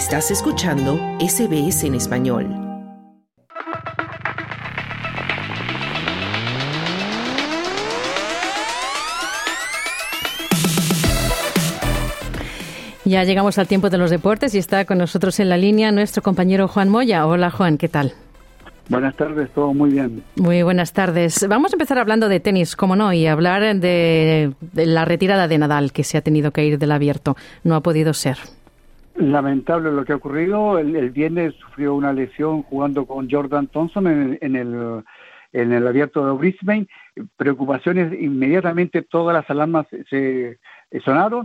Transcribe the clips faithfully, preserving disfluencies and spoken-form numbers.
Estás escuchando S B S en español. Ya llegamos al tiempo de los deportes y está con nosotros en la línea nuestro compañero Juan Moya. Hola Juan, ¿qué tal? Buenas tardes, todo muy bien. Muy buenas tardes. Vamos a empezar hablando de tenis, cómo no, y hablar de, de la retirada de Nadal, que se ha tenido que ir del Abierto. No ha podido ser. Lamentable lo que ha ocurrido. El, el viernes sufrió una lesión jugando con Jordan Thompson en, en el en el Abierto de Brisbane. Preocupaciones, inmediatamente todas las alarmas se, se sonaron.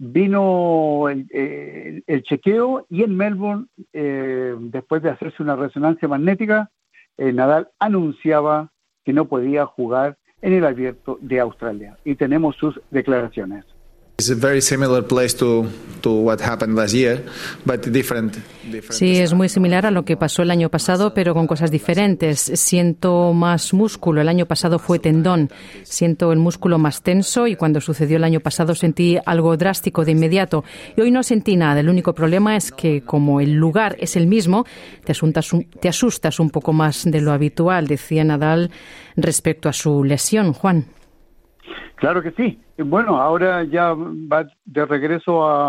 Vino el, el, el chequeo y en Melbourne, eh, después de hacerse una resonancia magnética, eh, Nadal anunciaba que no podía jugar en el Abierto de Australia. Y tenemos sus declaraciones. It's a very similar place to to what happened last year, but different. different sí, es muy similar a lo que pasó el año pasado, pero con cosas diferentes. Siento más músculo. El año pasado fue tendón. Siento el músculo más tenso y cuando sucedió el año pasado sentí algo drástico de inmediato. Y hoy no sentí nada. El único problema es que como el lugar es el mismo, te asustas un, te asustas un poco más de lo habitual, decía Nadal respecto a su lesión. Juan. Claro que sí. Bueno, ahora ya va de regreso a,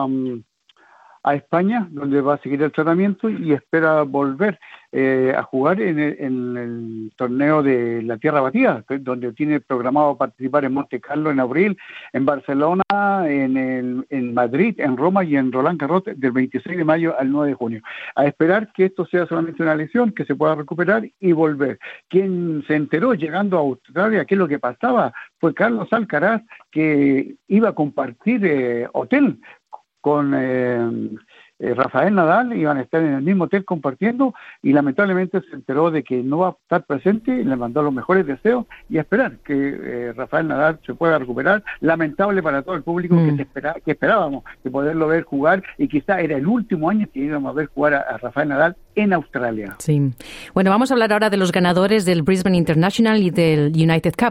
a España, donde va a seguir el tratamiento y espera volver eh, a jugar en el, en el torneo de la Tierra Batida, donde tiene programado participar en Monte Carlo en abril, en Barcelona, en, el, en Madrid, en Roma y en Roland Garros del veintiséis de mayo al nueve de junio. A esperar que esto sea solamente una lesión, que se pueda recuperar y volver. Quien se enteró llegando a Australia qué es lo que pasaba fue Carlos Alcaraz, que iba a compartir eh, hotel con eh, eh, Rafael Nadal, iban a estar en el mismo hotel compartiendo y lamentablemente se enteró de que no va a estar presente, le mandó los mejores deseos y a esperar que eh, Rafael Nadal se pueda recuperar. Lamentable para todo el público mm. que, se espera, que esperábamos de poderlo ver jugar y quizá era el último año que íbamos a ver jugar a, a Rafael Nadal en Australia. Sí. Bueno, vamos a hablar ahora de los ganadores del Brisbane International y del United Cup.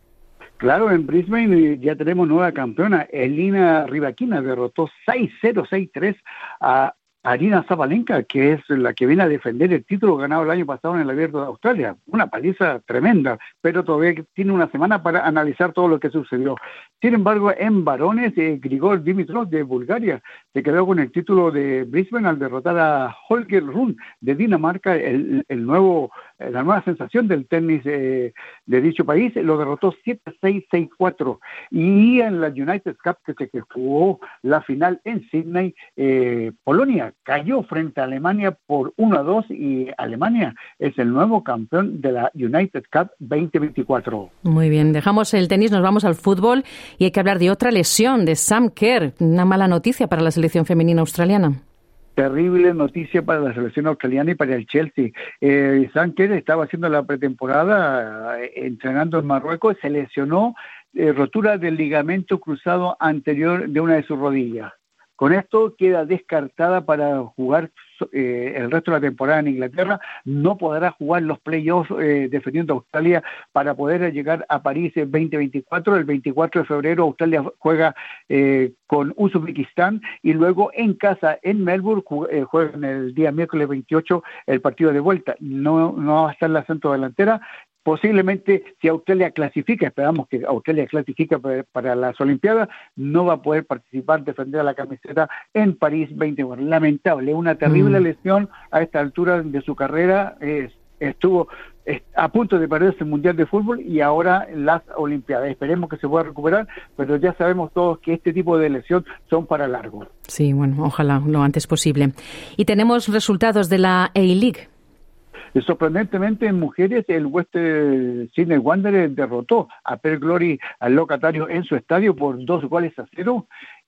Claro, en Brisbane ya tenemos nueva campeona. Elina Rybakina derrotó seis cero, seis tres a Aryna Sabalenka, que es la que viene a defender el título ganado el año pasado en el Abierto de Australia. Una paliza tremenda, pero todavía tiene una semana para analizar todo lo que sucedió. Sin embargo, en varones, eh, Grigor Dimitrov de Bulgaria se quedó con el título de Brisbane al derrotar a Holger Rune de Dinamarca, el, el nuevo, la nueva sensación del tenis eh, de dicho país. Lo derrotó siete seis, seis cuatro. Y en la United Cup, que se jugó la final en Sydney, eh, Polonia cayó frente a Alemania por uno a dos y Alemania es el nuevo campeón de la United Cup veinte veinticuatro. Muy bien, dejamos el tenis, nos vamos al fútbol y hay que hablar de otra lesión, de Sam Kerr. Una mala noticia para la selección femenina australiana. Terrible noticia para la selección australiana y para el Chelsea. Eh, Sam Kerr estaba haciendo la pretemporada eh, entrenando en Marruecos, se lesionó, eh, rotura del ligamento cruzado anterior de una de sus rodillas. Con esto queda descartada para jugar eh, el resto de la temporada en Inglaterra. No podrá jugar los playoffs eh, defendiendo a Australia para poder llegar a París en veinte veinticuatro. El veinticuatro de febrero Australia juega eh, con Uzbekistán y luego en casa en Melbourne eh, juegan el día miércoles veintiocho el partido de vuelta. No, no va a estar la centro delantera. Posiblemente si Australia clasifica, esperamos que Australia clasifique para, para las Olimpiadas, no va a poder participar, defender a la camiseta en París veinte veinticuatro. Lamentable, una terrible mm. lesión a esta altura de su carrera. Eh, estuvo eh, a punto de perderse el Mundial de Fútbol y ahora las Olimpiadas. Esperemos que se pueda recuperar, pero ya sabemos todos que este tipo de lesión son para largo. Sí, bueno, ojalá lo antes posible. Y tenemos resultados de la A-League. Sorprendentemente en mujeres el Western Sydney Wanderers derrotó a Perth Glory al locatario en su estadio por dos goles a cero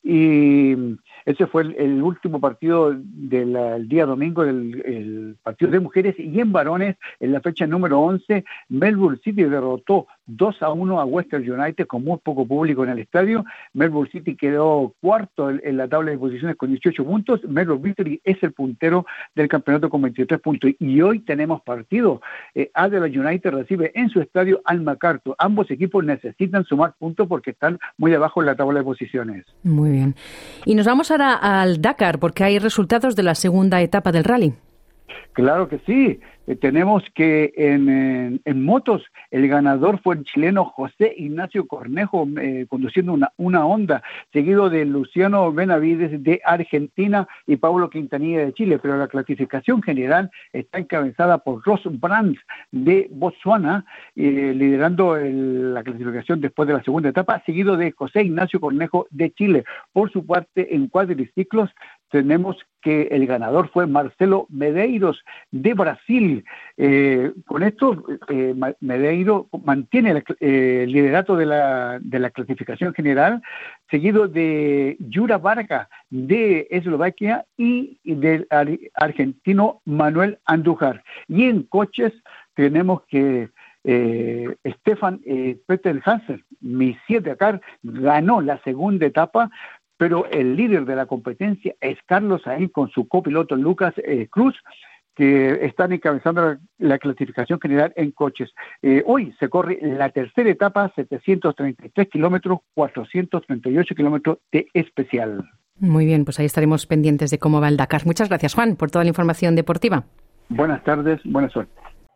y ese fue el, el último partido del el día domingo, del el partido de mujeres. Y en varones, en la fecha número once, Melbourne City derrotó dos a uno a Western United con muy poco público en el estadio. Melbourne City quedó cuarto en, en la tabla de posiciones con dieciocho puntos. Melbourne Victory es el puntero del campeonato con veintitrés puntos. Y hoy tenemos partido. Eh, Adelaide United recibe en su estadio al MacArthur. Ambos equipos necesitan sumar puntos porque están muy abajo en la tabla de posiciones. Muy bien. Y nos vamos ahora al Dakar, porque hay resultados de la segunda etapa del rally. Claro que sí. Eh, tenemos que en, en, en motos el ganador fue el chileno José Ignacio Cornejo eh, conduciendo una, una Honda, seguido de Luciano Benavides de Argentina y Pablo Quintanilla de Chile, pero la clasificación general está encabezada por Ross Brands de Botsuana, eh, liderando el, la clasificación después de la segunda etapa, seguido de José Ignacio Cornejo de Chile. Por su parte, en cuadriciclos tenemos que el ganador fue Marcelo Medeiros de Brasil. Eh, con esto, eh, Medeiros mantiene el eh, liderato de la, de la clasificación general, seguido de Jura Varga de Eslovaquia y del ar- argentino Manuel Andújar. Y en coches tenemos que eh, Stefan eh, Peter Hansen, mi siete Dakar, ganó la segunda etapa, pero el líder de la competencia es Carlos Sainz con su copiloto Lucas eh, Cruz, que están encabezando la, la clasificación general en coches. Eh, hoy se corre la tercera etapa, setecientos treinta y tres kilómetros, cuatrocientos treinta y ocho kilómetros de especial. Muy bien, pues ahí estaremos pendientes de cómo va el Dakar. Muchas gracias, Juan, por toda la información deportiva. Buenas tardes, buena suerte.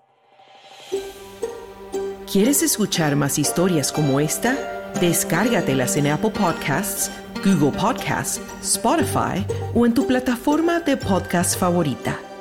¿Quieres escuchar más historias como esta? Descárgatelas en Apple Podcasts, Google Podcasts, Spotify o en tu plataforma de podcast favorita.